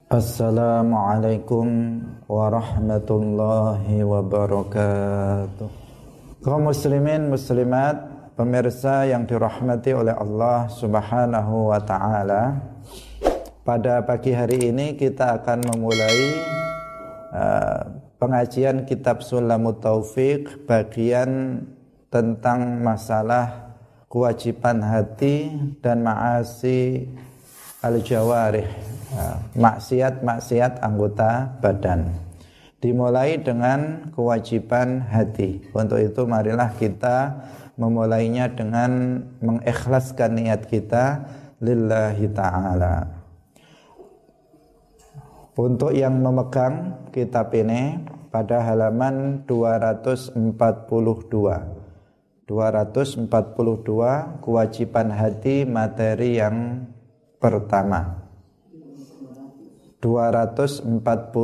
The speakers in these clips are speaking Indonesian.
Assalamualaikum warahmatullahi wabarakatuh. Kaum muslimin muslimat, pemirsa yang dirahmati oleh Allah Subhanahu wa taala. Pada pagi hari ini kita akan memulai pengajian kitab Sulamut Taufiq, bagian tentang masalah kewajiban hati dan ma'asi al-jawarih, maksiat-maksiat anggota badan. Dimulai dengan kewajiban hati. Untuk itu marilah kita memulainya dengan mengikhlaskan niat kita lillahi ta'ala. Untuk yang memegang kitab ini pada halaman 242 kewajiban hati, materi yang pertama. 242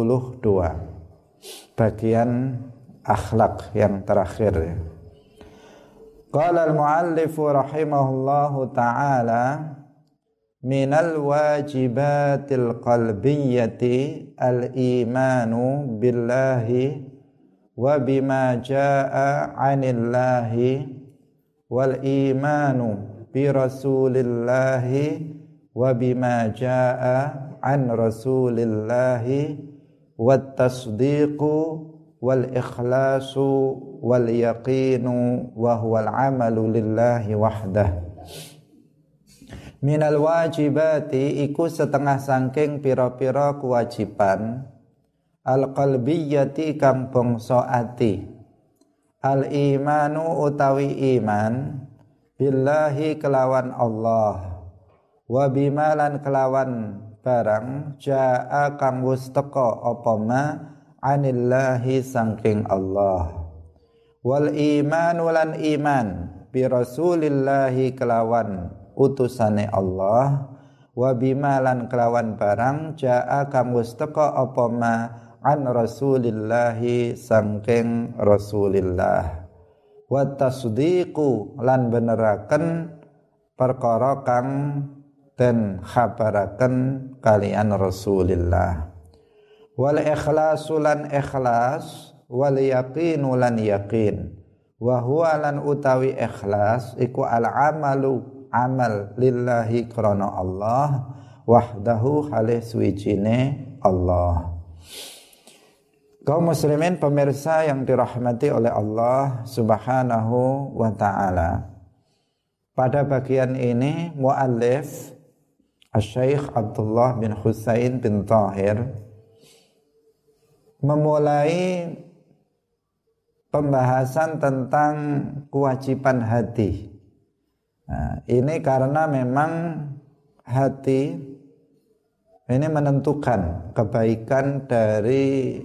bagian akhlak yang terakhir ya. Qala al-muallif rahimahullahu ta'ala minal wajibatil qalbiyyati al-imanu billahi wa bima jaa 'anillahi wal imanu bi rasulillahi wa bima jaa an rasulillahi wat tasdiqu wal ikhlasu wal yaqinu wa huwal amalu lillahi wahdah. Minal wajibati iku setengah sangking pira-pira kewajiban al qalbiyyati kang bangsa ati, al imanu utawi iman billahi kelawan Allah, wa bimalan kelawan barang jaa kang wis teka apa ma anillahi sangking Allah, wal imanu lan iman bi rasulillahi kelawan utusane Allah, wa bimalan kelawan barang jaa kang wis teka apa ma an rasulillahi sangking rasulillah, wa tasdiqu lan beneraken perkara kang dan khabaraken kalian Rasulillah, wal ikhlasu lan ikhlas, wal yaqinu lan yaqin, wa huwa lan utawi ikhlas iku al amalu amal lillahi krana Allah wahdahu halih suwijine Allah. Kaum muslimin pemirsa yang dirahmati oleh Allah Subhanahu wa taala, pada bagian ini muallif Asy-Syaikh Abdullah bin Husain bin Thahir memulai pembahasan tentang kewajiban hati. Nah, ini karena memang hati ini menentukan kebaikan dari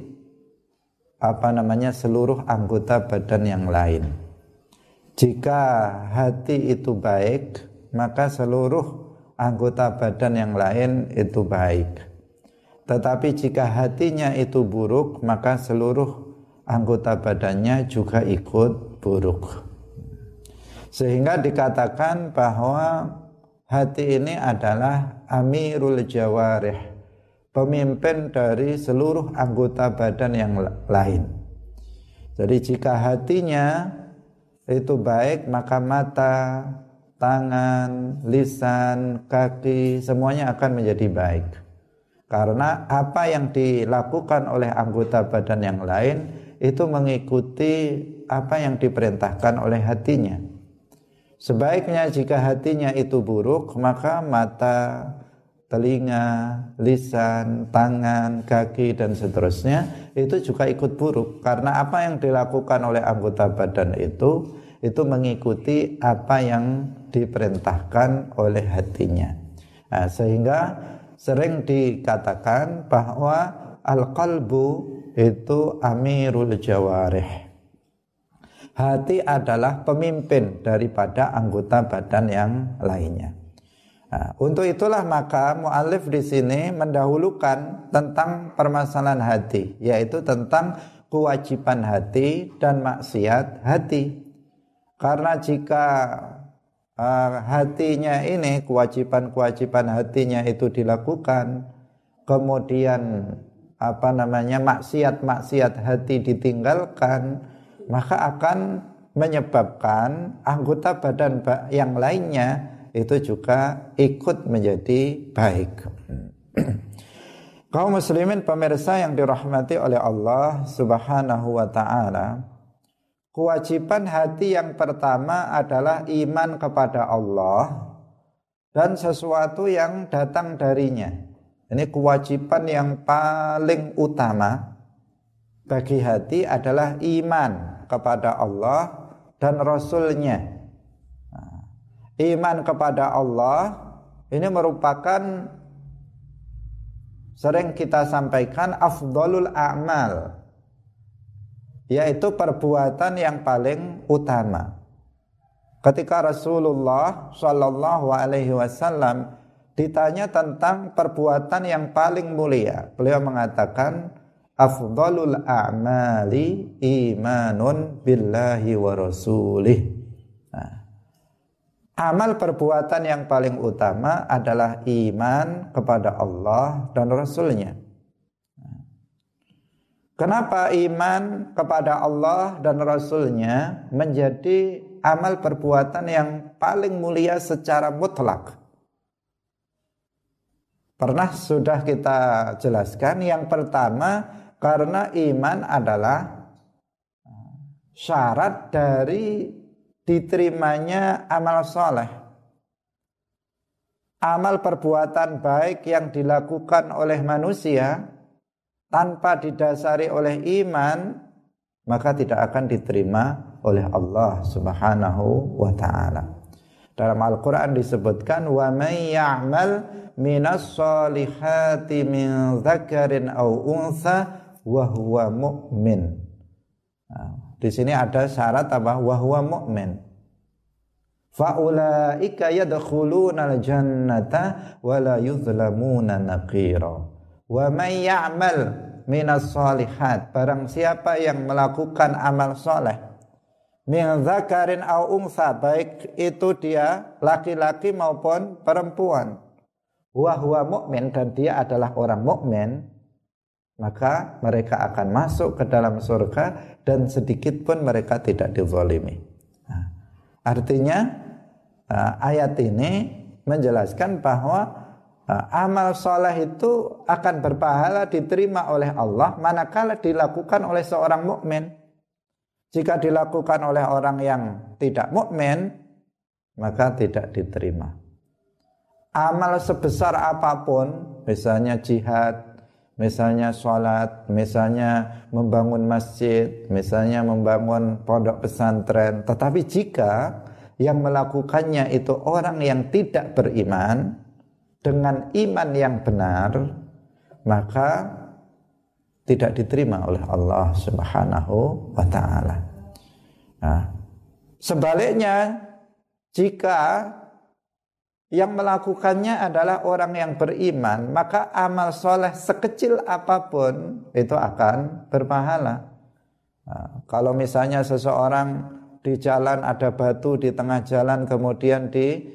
seluruh anggota badan yang lain. Jika hati itu baik, maka seluruh anggota badan yang lain itu baik. Tetapi jika hatinya itu buruk, maka seluruh anggota badannya juga ikut buruk. Sehingga dikatakan bahwa hati ini adalah amirul jawarih, pemimpin dari seluruh anggota badan yang lain. Jadi jika hatinya itu baik, maka mata, tangan, lisan, kaki, semuanya akan menjadi baik. Karena apa yang dilakukan oleh anggota badan yang lain itu mengikuti apa yang diperintahkan oleh hatinya. Sebaiknya jika hatinya itu buruk, maka mata, telinga, lisan, tangan, kaki, dan seterusnya itu juga ikut buruk. Karena apa yang dilakukan oleh anggota badan itu mengikuti apa yang diperintahkan oleh hatinya. Nah, sehingga sering dikatakan bahwa al-qalbu itu amirul jawarih. Hati adalah pemimpin daripada anggota badan yang lainnya. Nah, untuk itulah maka muallif di sini mendahulukan tentang permasalahan hati, yaitu tentang kewajiban hati dan maksiat hati. Karena jika hatinya ini, kewajiban-kewajiban hatinya itu dilakukan, kemudian maksiat-maksiat hati ditinggalkan, maka akan menyebabkan anggota badan yang lainnya itu juga ikut menjadi baik. Kaum muslimin pemirsa yang dirahmati oleh Allah Subhanahu wa taala, kewajiban hati yang pertama adalah iman kepada Allah dan sesuatu yang datang darinya. Ini kewajiban yang paling utama bagi hati adalah iman kepada Allah dan Rasul-Nya. Iman kepada Allah ini merupakan, sering kita sampaikan, afdhalul a'mal, yaitu perbuatan yang paling utama. Ketika Rasulullah Shallallahu Alaihi Wasallam ditanya tentang perbuatan yang paling mulia, beliau mengatakan, afdhalul a'mali imanun billahi wa rasulih. Amal perbuatan yang paling utama adalah iman kepada Allah dan Rasul-Nya. Kenapa iman kepada Allah dan Rasul-Nya menjadi amal perbuatan yang paling mulia secara mutlak? Pernah sudah kita jelaskan, yang pertama karena iman adalah syarat dari diterimanya amal soleh. Amal perbuatan baik yang dilakukan oleh manusia tanpa didasari oleh iman, maka tidak akan diterima oleh Allah Subhanahu wa ta'ala. Dalam Al-Quran disebutkan, wa may ya'mal minas solihati min dzakarin aw untha wa huwa mu'min. Di sini ada syarat apa? Wa huwa mu'min. Fa ulaika yadkhuluna al-jannata wa la yuzlamuna naqira. Wa may ya'mal minas shalihat, barang siapa yang melakukan amal soleh, min dzakarin aw untha, baik itu dia laki-laki maupun perempuan, wa huwa mu'min, dan dia adalah orang mukmin, maka mereka akan masuk ke dalam surga dan sedikit pun mereka tidak dizalimi. Artinya ayat ini menjelaskan bahwa amal soleh itu akan berpahala diterima oleh Allah manakala dilakukan oleh seorang mukmin. Jika dilakukan oleh orang yang tidak mukmin, maka tidak diterima. Amal sebesar apapun, misalnya jihad, misalnya sholat, misalnya membangun masjid, misalnya membangun pondok pesantren, tetapi jika yang melakukannya itu orang yang tidak beriman dengan iman yang benar, maka tidak diterima oleh Allah Subhanahu wa ta'ala. Nah, sebaliknya, jika yang melakukannya adalah orang yang beriman, maka amal soleh sekecil apapun itu akan berpahala. Nah, kalau misalnya seseorang di jalan ada batu di tengah jalan, kemudian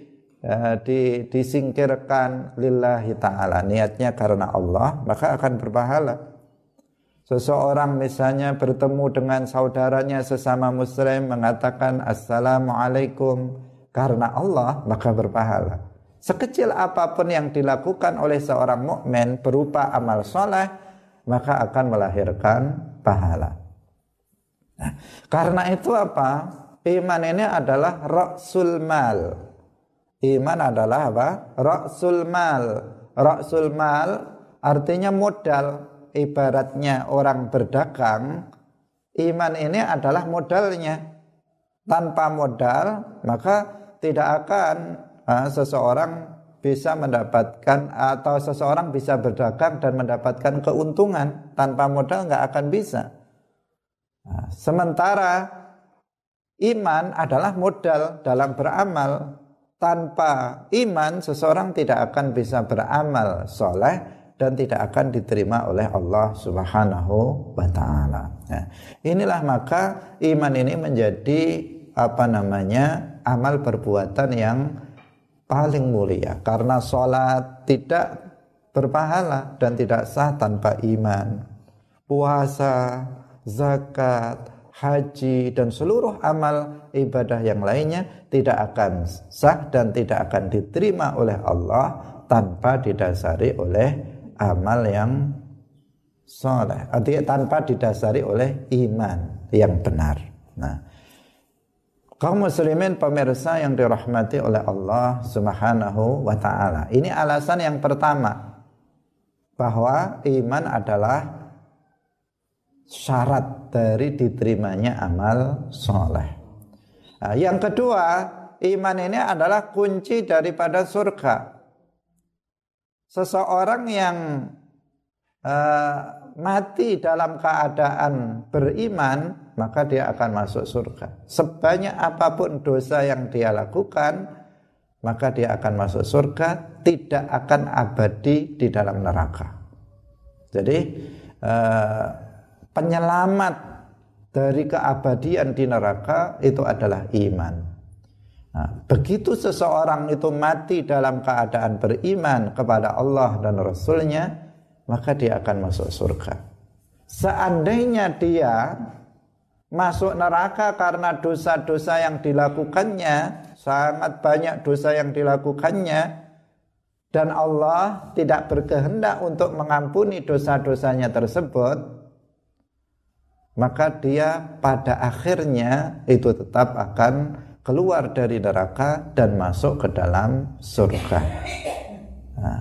disingkirkan lillahi ta'ala, niatnya karena Allah, maka akan berpahala. Seseorang misalnya bertemu dengan saudaranya sesama muslim, mengatakan assalamualaikum karena Allah, maka berpahala. Sekecil apapun yang dilakukan oleh seorang mukmin berupa amal soleh, maka akan melahirkan pahala. Nah, karena itu apa? Iman ini adalah ra'sul mal. Iman adalah apa? Ra'sul mal. Ra'sul mal artinya modal. Ibaratnya orang berdagang, iman ini adalah modalnya. Tanpa modal, maka tidak akan seseorang bisa mendapatkan, atau seseorang bisa berdagang dan mendapatkan keuntungan. Tanpa modal nggak akan bisa. Nah, sementara iman adalah modal dalam beramal. Tanpa iman seseorang tidak akan bisa beramal soleh dan tidak akan diterima oleh Allah Subhanahu wa ta'ala. Nah, inilah maka iman ini menjadi amal perbuatan yang paling mulia, karena sholat tidak berpahala dan tidak sah tanpa iman. Puasa, zakat, haji dan seluruh amal ibadah yang lainnya tidak akan sah dan tidak akan diterima oleh Allah tanpa didasari oleh amal yang soleh, artinya tanpa didasari oleh iman yang benar. Nah, kaum muslimin pemirsa yang dirahmati oleh Allah Subhanahu wa ta'ala, ini alasan yang pertama bahwa iman adalah syarat dari diterimanya amal soleh. Nah, yang kedua, iman ini adalah kunci daripada surga. Seseorang yang mati dalam keadaan beriman, maka dia akan masuk surga. Sebanyak apapun dosa yang dia lakukan, maka dia akan masuk surga, tidak akan abadi di dalam neraka. Jadi penyelamat dari keabadian di neraka itu adalah iman. Nah, begitu seseorang itu mati dalam keadaan beriman kepada Allah dan Rasul-Nya, maka dia akan masuk surga. Seandainya dia masuk neraka karena dosa-dosa yang dilakukannya, sangat banyak dosa yang dilakukannya, dan Allah tidak berkehendak untuk mengampuni dosa-dosanya tersebut, maka dia pada akhirnya itu tetap akan keluar dari neraka dan masuk ke dalam surga. Nah,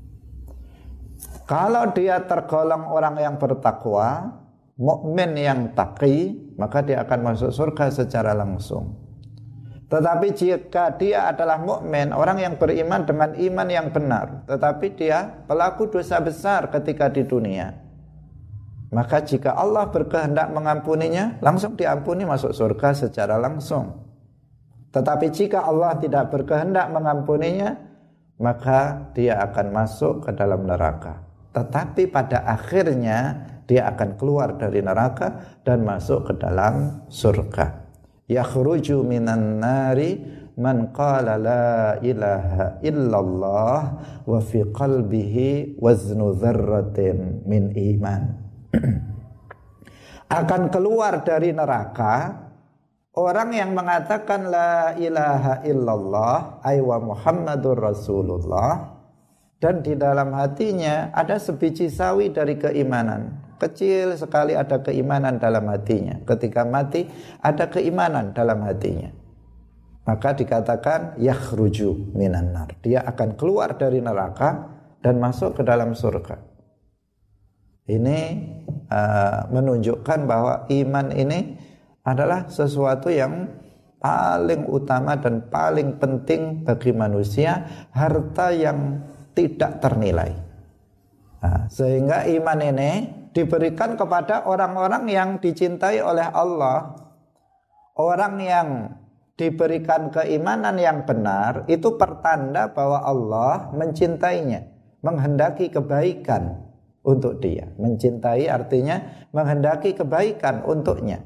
kalau dia tergolong orang yang bertakwa, mukmin yang taqi, maka dia akan masuk surga secara langsung. Tetapi jika dia adalah mukmin, orang yang beriman dengan iman yang benar, tetapi dia pelaku dosa besar ketika di dunia, maka jika Allah berkehendak mengampuninya, langsung diampuni, masuk surga secara langsung. Tetapi jika Allah tidak berkehendak mengampuninya, maka dia akan masuk ke dalam neraka. Tetapi pada akhirnya dia akan keluar dari neraka dan masuk ke dalam surga. Yakhruju minan nari man qala la ilaha illallah wa fi qalbihi waznu dzarratin min iman. Akan keluar dari neraka orang yang mengatakan la ilaha illallah ay wa Muhammadur Rasulullah, dan di dalam hatinya ada sebiji sawi dari keimanan. Kecil sekali ada keimanan dalam hatinya. Ketika mati ada keimanan dalam hatinya, maka dikatakan yakhruju minan nar, dia akan keluar dari neraka dan masuk ke dalam surga. Ini menunjukkan bahwa iman ini adalah sesuatu yang paling utama dan paling penting bagi manusia, harta yang tidak ternilai. Nah, sehingga iman ini diberikan kepada orang-orang yang dicintai oleh Allah. Orang yang diberikan keimanan yang benar itu pertanda bahwa Allah mencintainya, menghendaki kebaikan untuk dia. Mencintai artinya menghendaki kebaikan untuknya.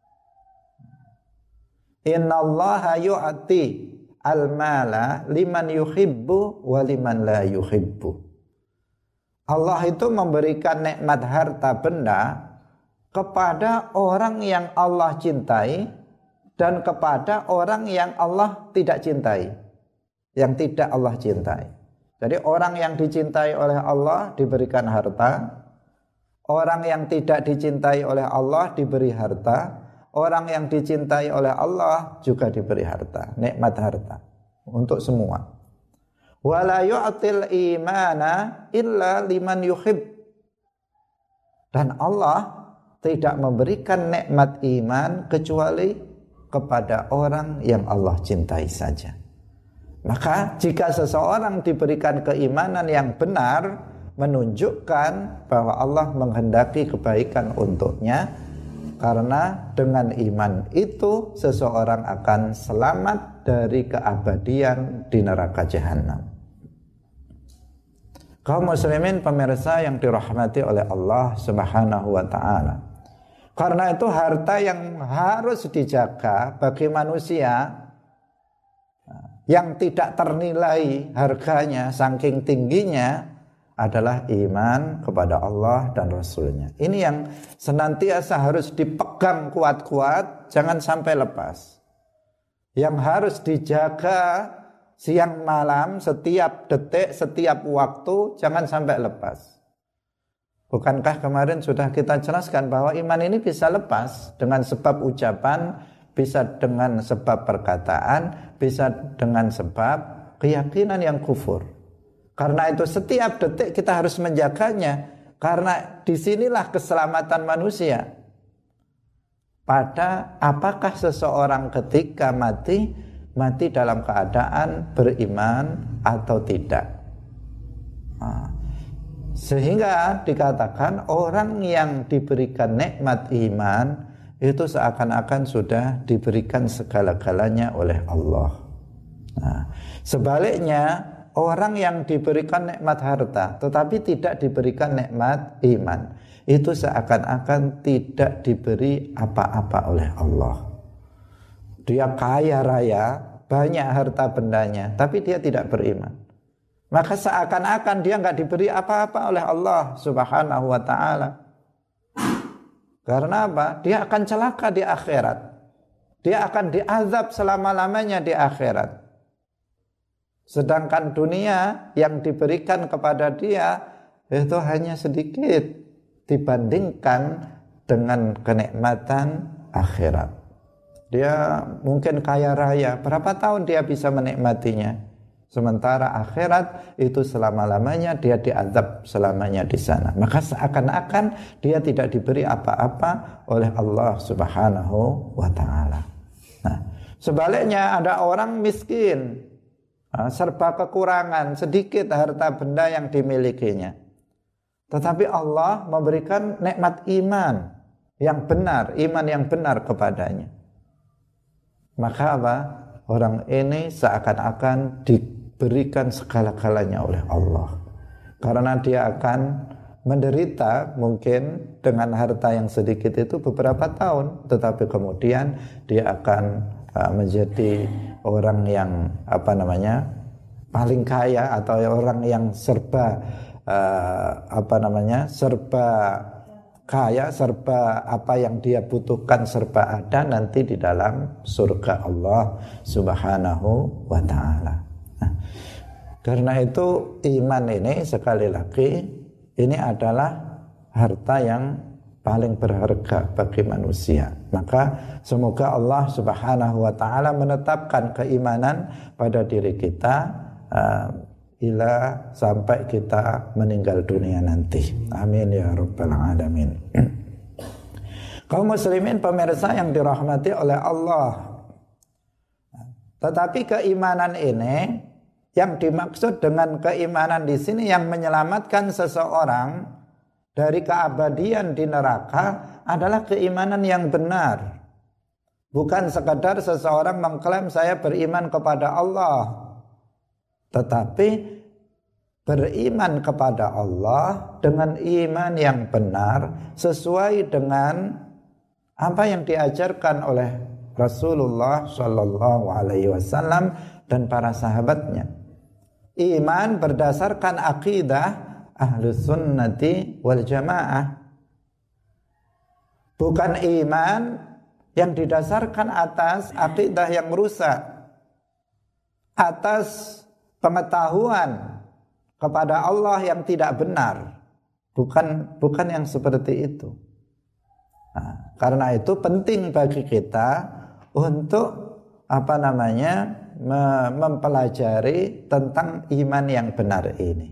Innallaha yu'ti al-mala liman yuhibbu wa liman la yuhibbu. Allah itu memberikan nikmat harta benda kepada orang yang Allah cintai dan kepada orang yang Allah tidak cintai, yang tidak Allah cintai. Jadi orang yang dicintai oleh Allah diberikan harta, orang yang tidak dicintai oleh Allah diberi harta, orang yang dicintai oleh Allah juga diberi harta, nikmat harta untuk semua. Wala yu'til imana illa liman yuhib. Dan Allah tidak memberikan nikmat iman kecuali kepada orang yang Allah cintai saja. Maka jika seseorang diberikan keimanan yang benar, menunjukkan bahwa Allah menghendaki kebaikan untuknya, karena dengan iman itu seseorang akan selamat dari keabadian di neraka jahanam. Kaum muslimin pemirsa yang dirahmati oleh Allah Subhanahu wa ta'ala, karena itu harta yang harus dijaga bagi manusia, yang tidak ternilai harganya saking tingginya, adalah iman kepada Allah dan Rasulnya. Ini yang senantiasa harus dipegang kuat-kuat, jangan sampai lepas. Yang harus dijaga siang malam, setiap detik, setiap waktu, jangan sampai lepas. Bukankah kemarin sudah kita jelaskan bahwa iman ini bisa lepas dengan sebab ucapan, bisa dengan sebab perkataan, bisa dengan sebab keyakinan yang kufur. Karena itu setiap detik kita harus menjaganya, karena disinilah keselamatan manusia. Pada apakah seseorang ketika mati dalam keadaan beriman atau tidak. Sehingga dikatakan orang yang diberikan nikmat iman itu seakan-akan sudah diberikan segala-galanya oleh Allah. Sebaliknya, orang yang diberikan nikmat harta tetapi tidak diberikan nikmat iman, itu seakan-akan tidak diberi apa-apa oleh Allah. Dia kaya raya, banyak harta bendanya, tapi dia tidak beriman. Maka seakan-akan dia enggak diberi apa-apa oleh Allah Subhanahu wa ta'ala. Karena apa? Dia akan celaka di akhirat. Dia akan diazab selama-lamanya di akhirat. Sedangkan dunia yang diberikan kepada dia itu hanya sedikit dibandingkan dengan kenikmatan akhirat. Dia mungkin kaya raya, berapa tahun dia bisa menikmatinya? Sementara akhirat itu selama-lamanya dia diazab selamanya di sana. Maka seakan-akan dia tidak diberi apa-apa oleh Allah Subhanahu wa ta'ala. Nah, sebaliknya ada orang miskin, serba kekurangan, sedikit harta benda yang dimilikinya. Tetapi Allah memberikan nikmat iman yang benar, iman yang benar kepadanya. Maka apa? Orang ini seakan-akan diberikan segala-galanya oleh Allah. Karena dia akan menderita mungkin dengan harta yang sedikit itu beberapa tahun, tetapi kemudian dia akan menjadi orang yang paling kaya, atau orang yang serba serba kaya, serba apa yang dia butuhkan serba ada nanti di dalam surga Allah Subhanahu wa ta'ala. Nah, karena itu iman ini sekali lagi ini adalah harta yang paling berharga bagi manusia. Maka semoga Allah Subhanahu wa ta'ala menetapkan keimanan pada diri kita ila sampai kita meninggal dunia nanti. Amin ya rabbal alamin. Kaum muslimin pemirsa yang dirahmati oleh Allah. Tetapi keimanan ini, yang dimaksud dengan keimanan di sini yang menyelamatkan seseorang dari keabadian di neraka adalah keimanan yang benar. Bukan sekadar seseorang mengklaim saya beriman kepada Allah, tetapi beriman kepada Allah dengan iman yang benar sesuai dengan apa yang diajarkan oleh Rasulullah Shallallahu Alaihi Wasallam dan para sahabatnya. Iman berdasarkan akidah Ahlus Sunnati wal Jamaah, bukan iman yang didasarkan atas akidah yang rusak, atas pengetahuan kepada Allah yang tidak benar. Bukan yang seperti itu. Nah, karena itu penting bagi kita untuk mempelajari tentang iman yang benar ini.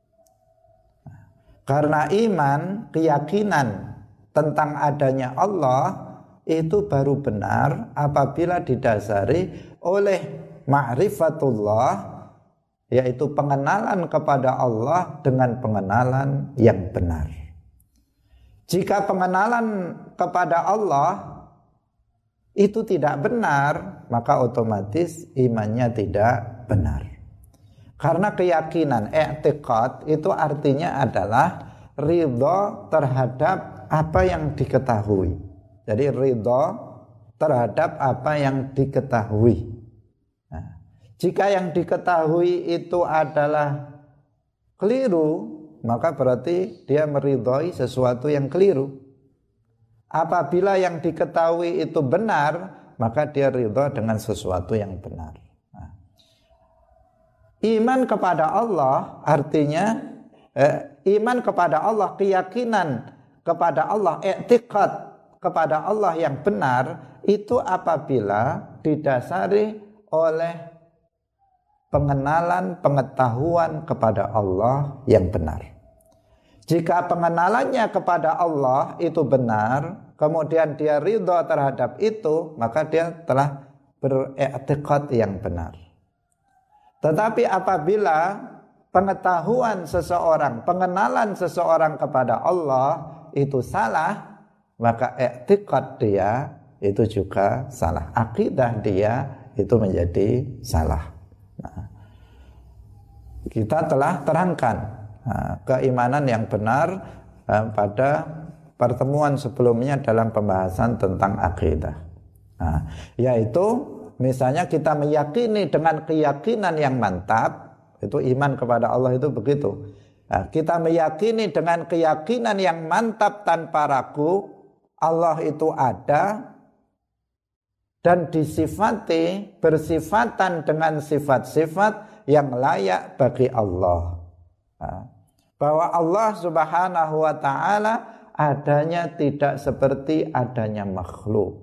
Karena iman, keyakinan tentang adanya Allah itu baru benar apabila didasari oleh ma'rifatullah, yaitu pengenalan kepada Allah dengan pengenalan yang benar. Jika pengenalan kepada Allah itu tidak benar, maka otomatis imannya tidak benar. Karena keyakinan, i'tiqad itu artinya adalah ridha terhadap apa yang diketahui. Jadi ridha terhadap apa yang diketahui. Jika yang diketahui itu adalah keliru, maka berarti dia meridhoi sesuatu yang keliru. Apabila yang diketahui itu benar, maka dia ridha dengan sesuatu yang benar. Nah, iman kepada Allah artinya iman kepada Allah, keyakinan kepada Allah, i'tiqad kepada Allah yang benar itu apabila didasari oleh pengenalan, pengetahuan kepada Allah yang benar. Jika pengenalannya kepada Allah itu benar, kemudian dia ridha terhadap itu, maka dia telah beriktikad yang benar. Tetapi apabila pengetahuan seseorang, pengenalan seseorang kepada Allah itu salah, maka iktikad dia itu juga salah. Akidah dia itu menjadi salah. Nah, kita telah terangkan keimanan yang benar pada pertemuan sebelumnya dalam pembahasan tentang akidah. Nah, yaitu misalnya kita meyakini dengan keyakinan yang mantap, itu iman kepada Allah itu begitu. Nah, kita meyakini dengan keyakinan yang mantap tanpa ragu Allah itu ada dan disifati, bersifatan dengan sifat-sifat yang layak bagi Allah. Nah, bahwa Allah Subhanahu wa ta'ala adanya tidak seperti adanya makhluk.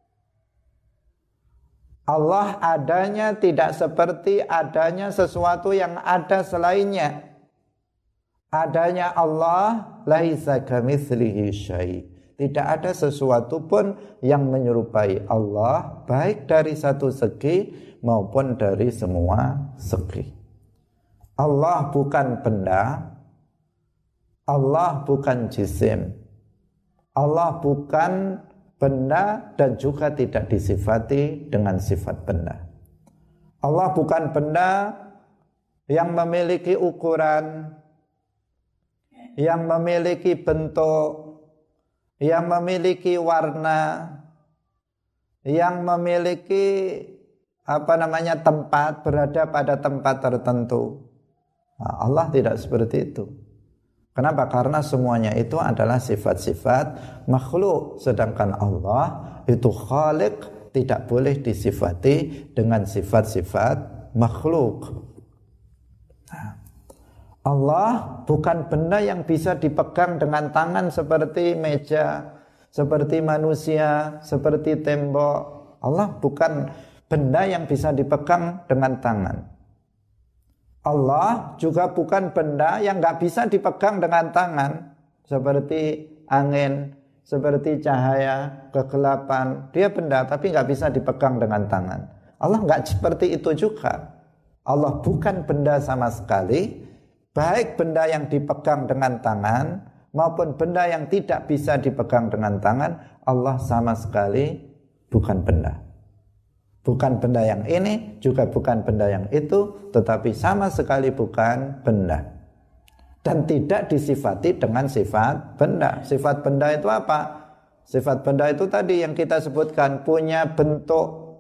Allah adanya tidak seperti adanya sesuatu yang ada selainnya. Adanya Allah laisa kamitslihi syai'. Tidak ada sesuatu pun yang menyerupai Allah, baik dari satu segi maupun dari semua segi. Allah bukan benda, Allah bukan jisim, Allah bukan benda dan juga tidak disifati dengan sifat benda. Allah bukan benda yang memiliki ukuran, yang memiliki bentuk, yang memiliki warna, yang memiliki tempat, berada pada tempat tertentu. Nah, Allah tidak seperti itu. Kenapa? Karena semuanya itu adalah sifat-sifat makhluk, sedangkan Allah itu khaliq, tidak boleh disifati dengan sifat-sifat makhluk. Nah, Allah bukan benda yang bisa dipegang dengan tangan seperti meja, seperti manusia, seperti tembok. Allah bukan benda yang bisa dipegang dengan tangan. Allah juga bukan benda yang gak bisa dipegang dengan tangan, seperti angin, seperti cahaya, kegelapan. Dia benda tapi gak bisa dipegang dengan tangan. Allah gak seperti itu juga. Allah bukan benda sama sekali, baik benda yang dipegang dengan tangan maupun benda yang tidak bisa dipegang dengan tangan. Allah sama sekali bukan benda. Bukan benda yang ini, juga bukan benda yang itu, tetapi sama sekali bukan benda. Dan tidak disifati dengan sifat benda. Sifat benda itu apa? Sifat benda itu tadi yang kita sebutkan, punya bentuk.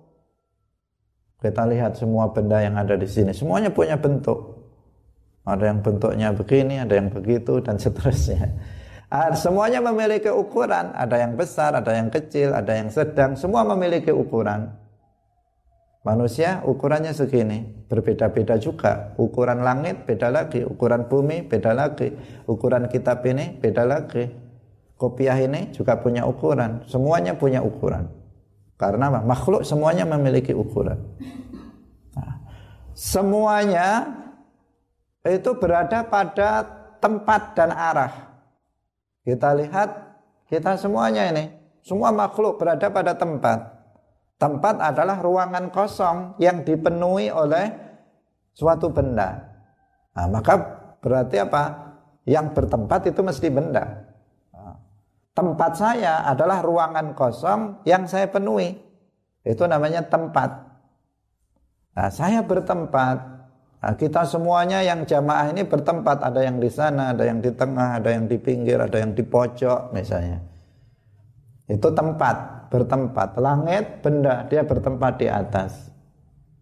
Kita lihat semua benda yang ada di sini, semuanya punya bentuk. Ada yang bentuknya begini, ada yang begitu, dan seterusnya. Semuanya memiliki ukuran, ada yang besar, ada yang kecil, ada yang sedang, semua memiliki ukuran. Manusia ukurannya segini, berbeda-beda juga. Ukuran langit beda lagi, ukuran bumi beda lagi, ukuran kitab ini beda lagi. Kopiah ini juga punya ukuran, semuanya punya ukuran. Karena makhluk semuanya memiliki ukuran. Nah, semuanya itu berada pada tempat dan arah. Kita lihat, kita semuanya ini, semua makhluk berada pada tempat. Tempat adalah ruangan kosong yang dipenuhi oleh suatu benda. Nah, maka berarti apa? Yang bertempat itu mesti benda. Tempat saya adalah ruangan kosong yang saya penuhi. Itu namanya tempat. Nah, saya bertempat. Nah, kita semuanya yang jamaah ini bertempat. Ada yang di sana, ada yang di tengah, ada yang di pinggir, ada yang di pojok misalnya. Itu tempat. Bertempat. Langit benda, dia bertempat di atas.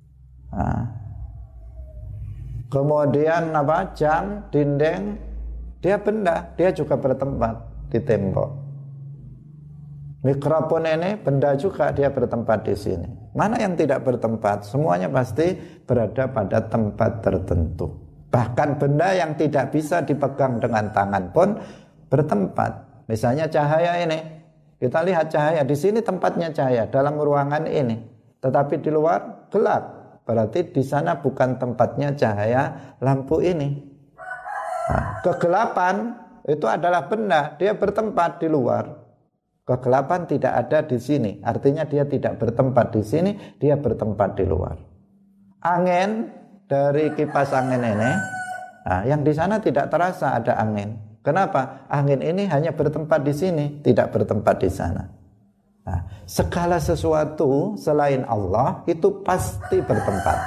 Nah, kemudian jam, dinding Dia benda, dia juga bertempat di tembok. Mikrofon ini benda juga, dia bertempat di sini. Mana yang tidak bertempat? Semuanya pasti berada pada tempat tertentu. Bahkan benda yang tidak bisa dipegang dengan tangan pun bertempat. Misalnya cahaya ini, kita lihat cahaya di sini tempatnya cahaya dalam ruangan ini, tetapi di luar gelap. Berarti di sana bukan tempatnya cahaya lampu ini. Nah, kegelapan itu adalah benda, dia bertempat di luar. Kegelapan tidak ada di sini, artinya dia tidak bertempat di sini, dia bertempat di luar. Angin dari kipas angin ini, nah, yang di sana tidak terasa ada angin. Kenapa? Angin ini hanya bertempat di sini, tidak bertempat di sana. Nah, segala sesuatu selain Allah itu pasti bertempat.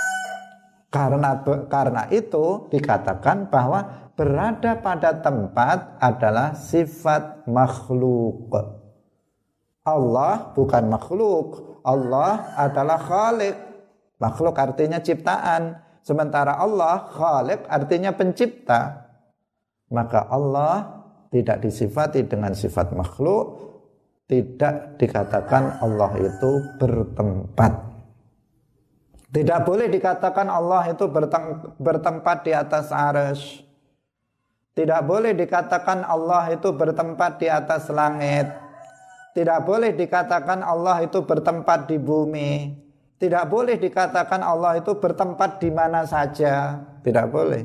Karena itu dikatakan bahwa berada pada tempat adalah sifat makhluk. Allah bukan makhluk, Allah adalah khalik. Makhluk artinya ciptaan, sementara Allah khalik artinya pencipta. Maka Allah tidak disifati dengan sifat makhluk, tidak dikatakan Allah itu bertempat. Tidak boleh dikatakan Allah itu bertempat di atas arsy. Tidak boleh dikatakan Allah itu bertempat di atas langit. Tidak boleh dikatakan Allah itu bertempat di bumi. Tidak boleh dikatakan Allah itu bertempat di mana saja. Tidak boleh.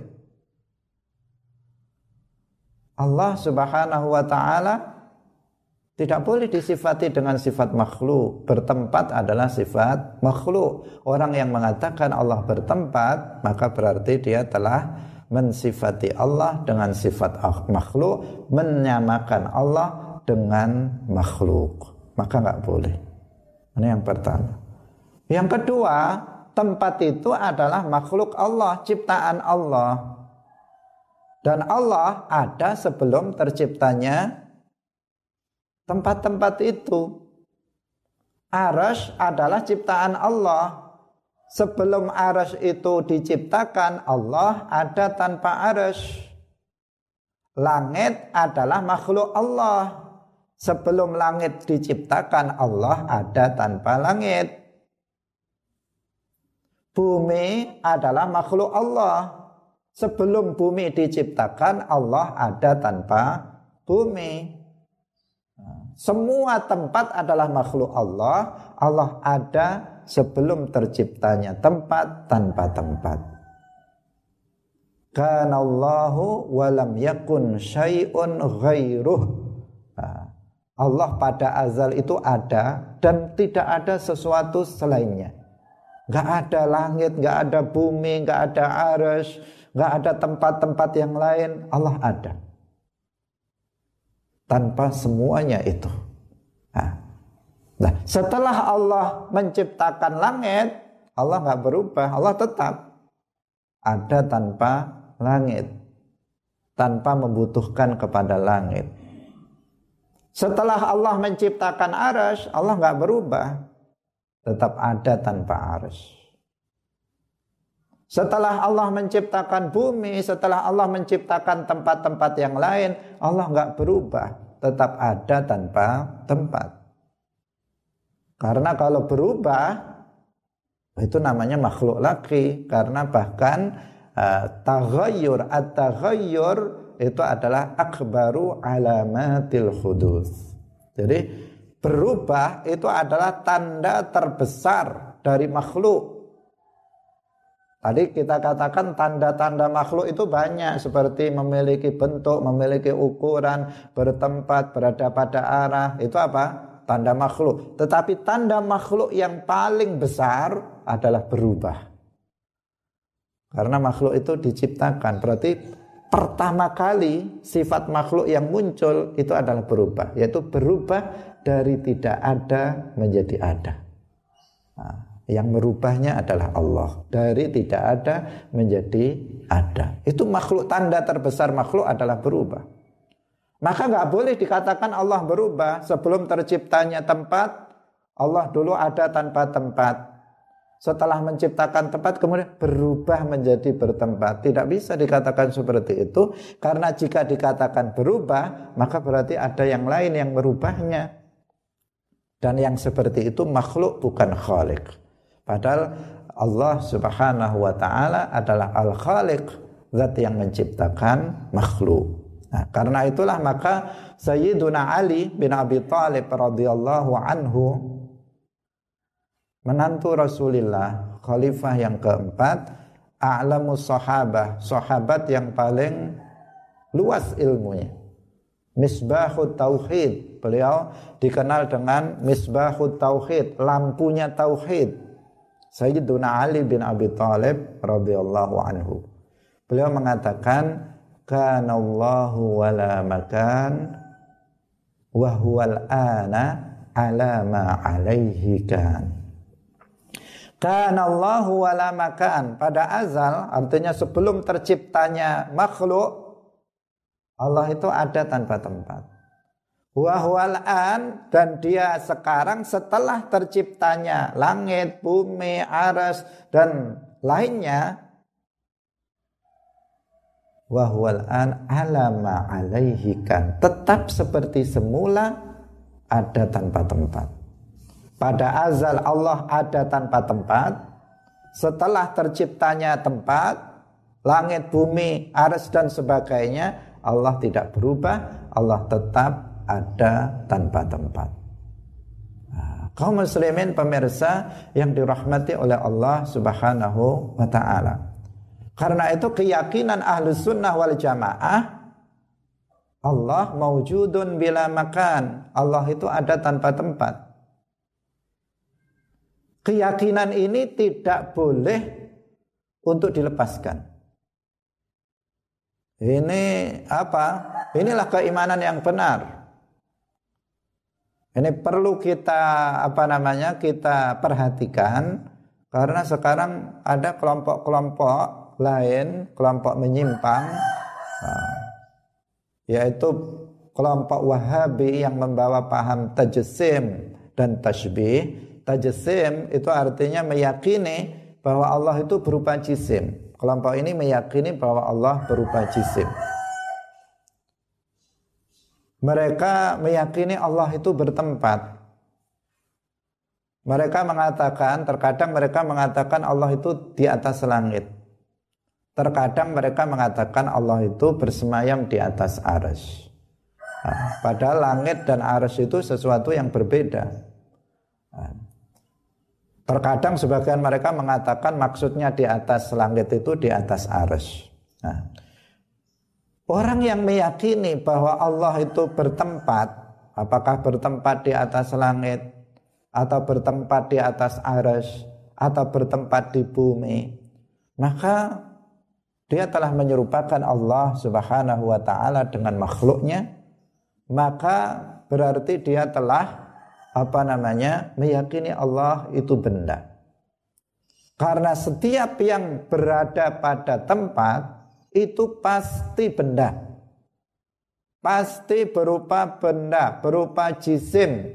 Allah Subhanahu wa ta'ala tidak boleh disifati dengan sifat makhluk. Bertempat adalah sifat makhluk. Orang yang mengatakan Allah bertempat, maka berarti dia telah mensifati Allah dengan sifat makhluk, menyamakan Allah dengan makhluk. Maka enggak boleh. Ini yang pertama. Yang kedua, tempat itu adalah makhluk Allah, ciptaan Allah. Dan Allah ada sebelum terciptanya tempat-tempat itu. Arsy adalah ciptaan Allah. Sebelum arsy itu diciptakan, Allah ada tanpa arsy. Langit adalah makhluk Allah. Sebelum langit diciptakan, Allah ada tanpa langit. Bumi adalah makhluk Allah. Sebelum bumi diciptakan, Allah ada tanpa bumi. Semua tempat adalah makhluk Allah. Allah ada sebelum terciptanya tempat tanpa tempat. Kanallahu walam yakun syai'un ghairuh. Allah pada azal itu ada dan tidak ada sesuatu selainnya. Gak ada langit, gak ada bumi, gak ada arsy, gak ada tempat-tempat yang lain. Allah ada tanpa semuanya itu. Nah, setelah Allah menciptakan langit, Allah gak berubah, Allah tetap ada tanpa langit, tanpa membutuhkan kepada langit. Setelah Allah menciptakan arsy, Allah gak berubah, tetap ada tanpa arsy. Setelah Allah menciptakan bumi, setelah Allah menciptakan tempat-tempat yang lain, Allah gak berubah, tetap ada tanpa tempat. Karena kalau berubah, itu namanya makhluk lagi. Karena bahkan taghayyur, at-taghayyur itu adalah akbaru alamatil hudus. Jadi berubah itu adalah tanda terbesar dari makhluk. Tadi kita katakan tanda-tanda makhluk itu banyak, seperti memiliki bentuk, memiliki ukuran, bertempat, berada pada arah. Itu apa? Tanda makhluk. Tetapi tanda makhluk yang paling besar adalah berubah. Karena makhluk itu diciptakan. Berarti pertama kali sifat makhluk yang muncul itu adalah berubah. Yaitu berubah dari tidak ada menjadi ada. Nah, yang merubahnya adalah Allah. Dari tidak ada menjadi ada. Itu makhluk, tanda terbesar makhluk adalah berubah. Maka gak boleh dikatakan Allah berubah. Sebelum terciptanya tempat, Allah dulu ada tanpa tempat. setelah menciptakan tempat kemudian berubah menjadi bertempat. Tidak bisa dikatakan seperti itu, karena jika dikatakan berubah maka berarti ada yang lain yang merubahnya. Dan yang seperti itu makhluk, bukan khaliq. Padahal Allah Subhanahu wa ta'ala adalah al-khaliq, zat yang menciptakan makhluk. Nah, karena itulah maka Sayyiduna Ali bin Abi Thalib radhiyallahu anhu, menantu Rasulullah, khalifah yang keempat, a'lamus sahabah, sahabat yang paling luas ilmunya, Misbahut Tauhid, beliau dikenal dengan Misbahut Tauhid, lampunya Tauhid, Sayyiduna Ali bin Abi Thalib radhiyallahu anhu. Beliau mengatakan, kanallahu wala makan wa huwal ana ala ma alaihi kan. Kanallahu wala makan, pada azal, artinya sebelum terciptanya makhluk, Allah itu ada tanpa tempat. Wa huwal an, dan dia sekarang setelah terciptanya langit, bumi, aras dan lainnya, wa huwal an ala ma alaihi kan, tetap seperti semula, ada tanpa tempat. Pada azal Allah ada tanpa tempat. Setelah terciptanya tempat, langit, bumi, aras dan sebagainya, Allah tidak berubah, Allah tetap ada tanpa tempat. Nah, kaum muslimin pemirsa yang dirahmati oleh Allah Subhanahu wa ta'ala, karena itu keyakinan Ahlus Sunnah wal Jamaah, Allah maujudun bila makan, Allah itu ada tanpa tempat. Keyakinan ini tidak boleh untuk dilepaskan. Ini apa? Inilah keimanan yang benar. Ini perlu kita kita perhatikan, karena sekarang ada kelompok-kelompok lain, kelompok menyimpang, yaitu kelompok Wahabi yang membawa paham tajsim dan tasybih. Tajsim itu artinya meyakini bahwa Allah itu berupa jisim. Kelompok ini meyakini bahwa Allah berupa jisim. Mereka meyakini Allah itu bertempat. Mereka mengatakan, terkadang mereka mengatakan Allah itu di atas langit. Terkadang mereka mengatakan Allah itu bersemayam di atas arsy. Nah, padahal langit dan arsy itu sesuatu yang berbeda. Terkadang sebagian mereka mengatakan maksudnya di atas langit itu di atas arsy. Nah, orang yang meyakini bahwa Allah itu bertempat, apakah bertempat di atas langit, atau bertempat di atas arsy, atau bertempat di bumi, maka dia telah menyerupakan Allah Subhanahu wa ta'ala dengan makhluknya. Maka berarti dia telah meyakini Allah itu benda. Karena setiap yang berada pada tempat itu pasti benda, pasti berupa benda, berupa jisim.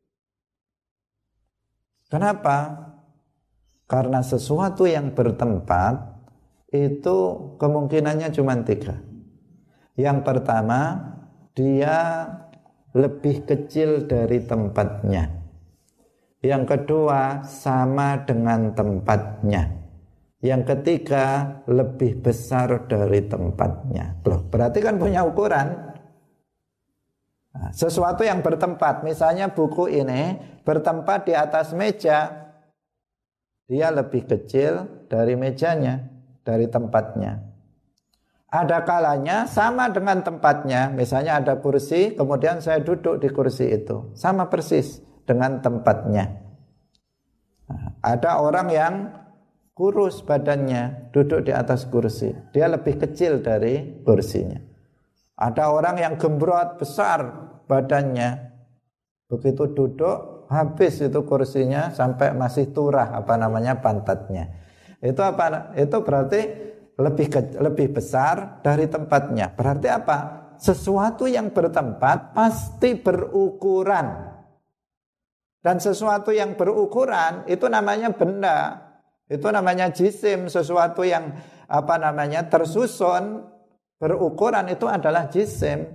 Kenapa? Karena sesuatu yang bertempat itu kemungkinannya cuma 3. Yang pertama, dia lebih kecil dari tempatnya. Yang kedua, sama dengan tempatnya. Yang ketiga, lebih besar dari tempatnya. Loh, berarti kan punya ukuran. Nah, sesuatu yang bertempat, misalnya buku ini bertempat di atas meja, dia lebih kecil dari mejanya, dari tempatnya. Ada kalanya sama dengan tempatnya, misalnya ada kursi, kemudian saya duduk di kursi itu, sama persis dengan tempatnya. Nah, ada orang yang kurus badannya, duduk di atas kursi, dia lebih kecil dari kursinya. Ada orang yang gembrot besar badannya, begitu duduk habis itu kursinya sampai masih turah pantatnya. Itu berarti lebih besar dari tempatnya. Berarti apa? Sesuatu yang bertempat pasti berukuran. Dan sesuatu yang berukuran itu namanya benda. Itu namanya jisim, sesuatu yang tersusun, berukuran, itu adalah jisim.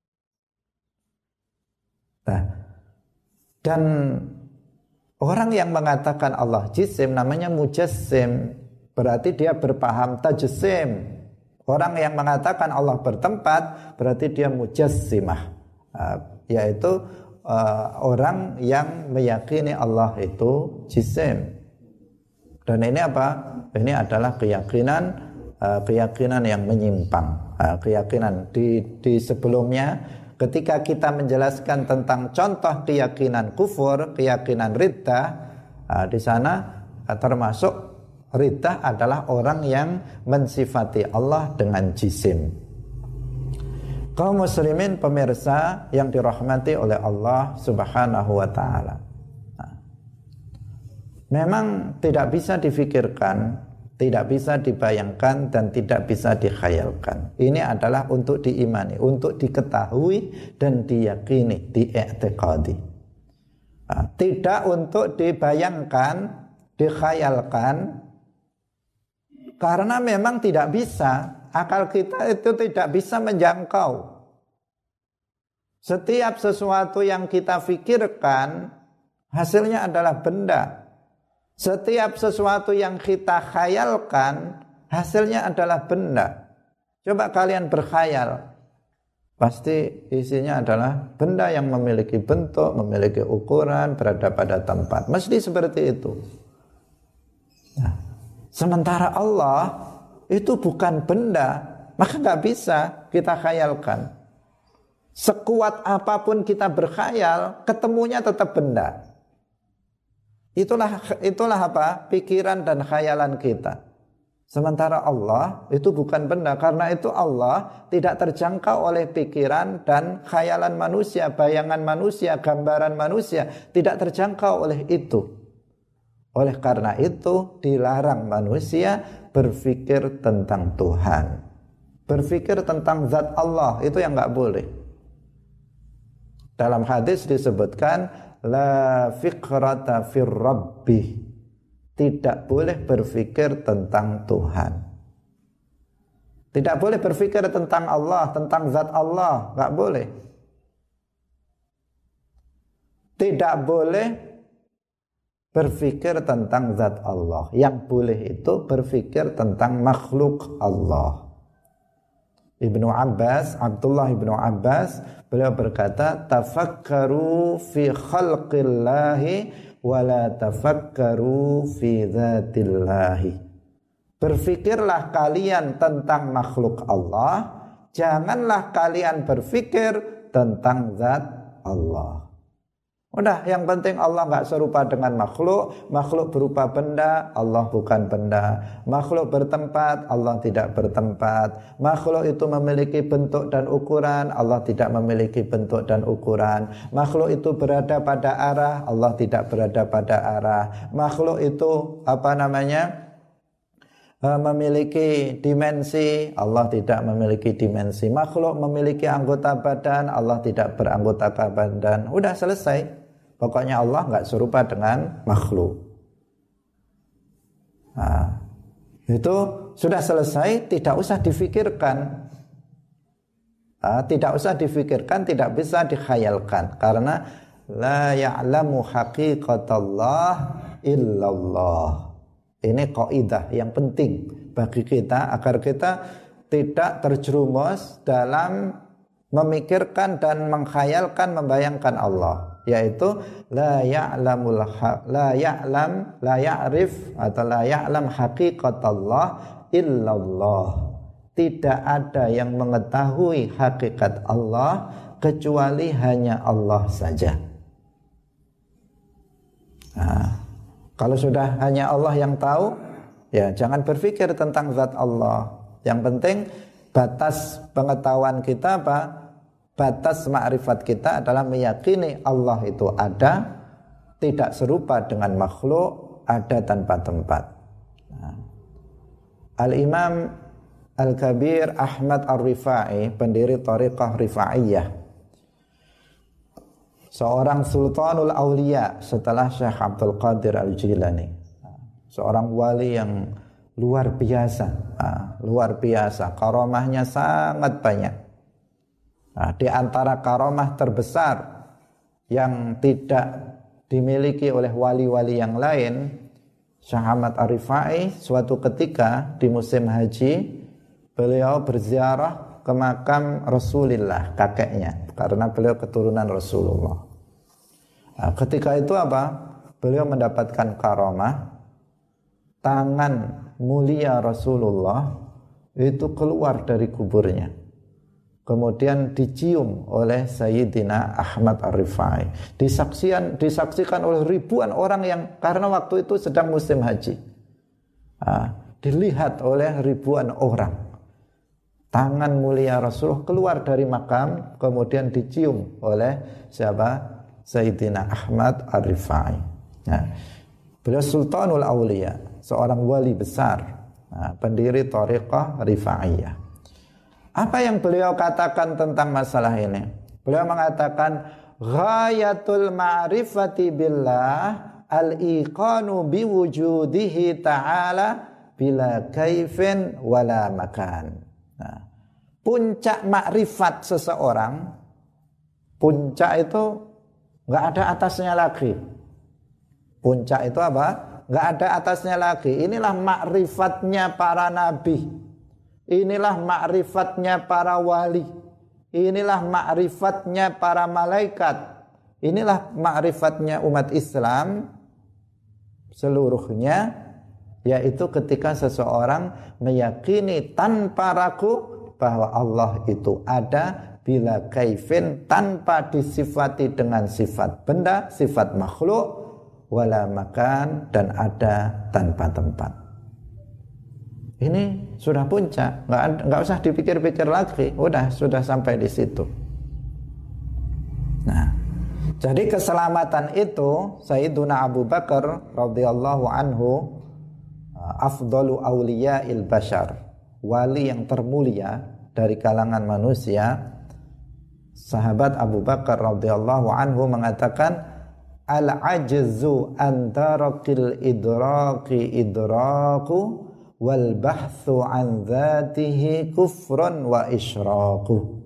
Nah, dan orang yang mengatakan Allah jisim namanya mujassim, berarti dia berpaham tajsim. Orang yang mengatakan Allah bertempat berarti dia mujassimah, yaitu orang yang meyakini Allah itu jisim. Dan ini apa? Ini adalah keyakinan yang menyimpang. Keyakinan di sebelumnya ketika kita menjelaskan tentang contoh keyakinan kufur, keyakinan riddah, di sana termasuk riddah adalah orang yang mensifati Allah dengan jisim. Kaum muslimin pemirsa yang dirahmati oleh Allah Subhanahu wa taala. Memang tidak bisa difikirkan, tidak bisa dibayangkan, dan tidak bisa dikhayalkan. Ini adalah untuk diimani, untuk diketahui dan diyakini, diiktikadi. Tidak untuk dibayangkan, dikhayalkan, karena memang tidak bisa. Akal kita itu tidak bisa menjangkau. Setiap sesuatu yang kita fikirkan, hasilnya adalah benda. Setiap sesuatu yang kita khayalkan, hasilnya adalah benda. Coba kalian berkhayal, pasti isinya adalah benda yang memiliki bentuk, memiliki ukuran, berada pada tempat. Mesti seperti itu. Nah, sementara Allah itu bukan benda, maka nggak bisa kita khayalkan. Sekuat apapun kita berkhayal, ketemunya tetap benda. Itulah apa? Pikiran dan khayalan kita. Sementara Allah itu bukan benda, karena itu Allah tidak terjangkau oleh pikiran dan khayalan manusia, bayangan manusia, gambaran manusia, tidak terjangkau oleh itu. Oleh karena itu dilarang manusia berpikir tentang Tuhan. Berpikir tentang zat Allah, itu yang enggak boleh. Dalam hadis disebutkan la fikrata fir rabbi, tidak boleh berpikir tentang Tuhan. Tidak boleh berpikir tentang Allah, tentang zat Allah, enggak boleh. Tidak boleh berpikir tentang zat Allah. Yang boleh itu berpikir tentang makhluk Allah. Abdullah Ibnu Abbas, beliau berkata, tafakkaru fi khalqillahi wa la tafakkaru fi dzatillahi. Berfikirlah kalian tentang makhluk Allah, janganlah kalian berfikir tentang zat Allah. Udah, yang penting Allah enggak serupa dengan makhluk. Makhluk berupa benda, Allah bukan benda. Makhluk bertempat, Allah tidak bertempat. Makhluk itu memiliki bentuk dan ukuran, Allah tidak memiliki bentuk dan ukuran. Makhluk itu berada pada arah, Allah tidak berada pada arah. Makhluk itu memiliki dimensi, Allah tidak memiliki dimensi. Makhluk memiliki anggota badan, Allah tidak beranggota badan. Udah selesai. Pokoknya Allah enggak serupa dengan makhluk. Nah, itu sudah selesai, tidak usah difikirkan. Tidak usah difikirkan, tidak bisa dikhayalkan, karena la ya'lamu haqiqatallah illallah. Ini kaidah yang penting bagi kita agar kita tidak terjerumus dalam memikirkan dan menghayalkan, membayangkan Allah, yaitu la ya'lam haqiqatallah illallah. Tidak ada yang mengetahui hakikat Allah kecuali hanya Allah saja. Nah, kalau sudah hanya Allah yang tahu, ya jangan berpikir tentang zat Allah. Yang penting batas pengetahuan kita apa? Batas ma'rifat kita adalah meyakini Allah itu ada, tidak serupa dengan makhluk, ada tanpa tempat. Nah, Al-Imam Al-Kabir Ahmad Ar-Rifai, pendiri Thariqah Rifa'iyah, seorang sultanul auliya setelah Syekh Abdul Qadir Al-Jilani. seorang wali yang luar biasa, luar biasa, karomahnya sangat banyak. Di antara karomah terbesar yang tidak dimiliki oleh wali-wali yang lain, Syekh Ahmad Ar-Rifai suatu ketika di musim haji, beliau berziarah ke makam Rasulullah, kakeknya, karena beliau keturunan Rasulullah. Ketika itu apa? Beliau mendapatkan karomah, tangan mulia Rasulullah itu keluar dari kuburnya, kemudian dicium oleh Sayyidina Ahmad Ar-Rifai, disaksikan oleh ribuan orang yang karena waktu itu sedang musim haji, dilihat oleh ribuan orang, tangan mulia Rasulullah keluar dari makam, kemudian dicium oleh siapa? Sayyidina Ahmad Ar-Rifai. Beliau Sultanul Aulia, seorang wali besar, pendiri Thariqah Rifaiyah. Apa yang beliau katakan tentang masalah ini? Beliau mengatakan ghayatul ma'rifati billah al-iqanu biwujudihi ta'ala bila kaifin wala makan. Puncak makrifat seseorang, puncak itu nggak ada atasnya lagi. Puncak itu apa? Nggak ada atasnya lagi. Inilah makrifatnya para nabi. Inilah makrifatnya para wali. Inilah makrifatnya para malaikat. Inilah makrifatnya umat Islam seluruhnya, yaitu ketika seseorang meyakini tanpa ragu bahwa Allah itu ada, bila kaifin, tanpa disifati dengan sifat benda, sifat makhluk, wala makan, dan ada tanpa tempat. Ini sudah puncak, nggak usah dipikir-pikir lagi, sudah sampai di situ. Nah, jadi keselamatan itu Sayyiduna Abu Bakar radhiyallahu anhu, afdalu awliya'il bashar, wali yang termulia dari kalangan manusia. Sahabat Abu Bakar radhiyallahu anhu mengatakan, al-ajzu an darakil idraki idraku wal bahthu an dzatihi kufrun wa isyraku.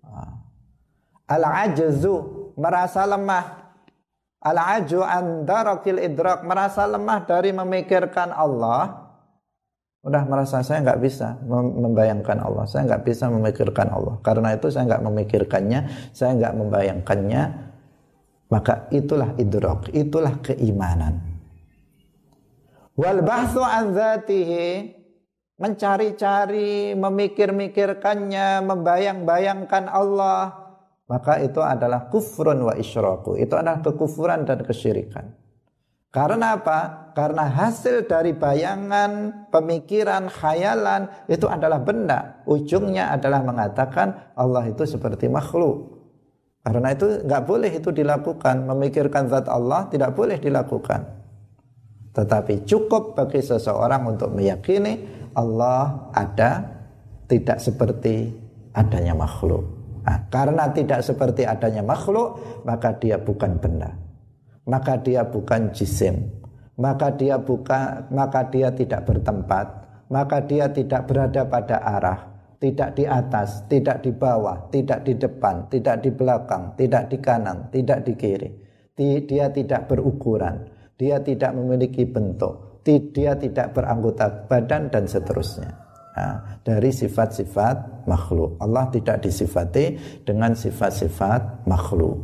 Al-ajzu, merasa lemah. Al-ajzu an darakil idrak, merasa lemah dari memikirkan Allah. Udah merasa saya nggak bisa membayangkan Allah, saya nggak bisa memikirkan Allah. Karena itu saya nggak memikirkannya, saya nggak membayangkannya. Maka itulah idrak, itulah keimanan. Wal bahthu an dzatihi, mencari-cari, memikir-mikirkannya, membayang-bayangkan Allah. Maka itu adalah kufrun wa isyraku, itu adalah kekufuran dan kesyirikan. Karena apa? Karena hasil dari bayangan, pemikiran, khayalan itu adalah benda. Ujungnya adalah mengatakan Allah itu seperti makhluk. Karena itu nggak boleh itu dilakukan. Memikirkan zat Allah tidak boleh dilakukan. Tetapi cukup bagi seseorang untuk meyakini Allah ada, tidak seperti adanya makhluk. Karena tidak seperti adanya makhluk, maka dia bukan benda. Maka dia bukan jisim, maka dia tidak bertempat, maka dia tidak berada pada arah, tidak di atas, tidak di bawah, tidak di depan, tidak di belakang, tidak di kanan, tidak di kiri. Dia tidak berukuran, dia tidak memiliki bentuk, dia tidak beranggota badan dan seterusnya. Dari sifat-sifat makhluk, Allah tidak disifati dengan sifat-sifat makhluk.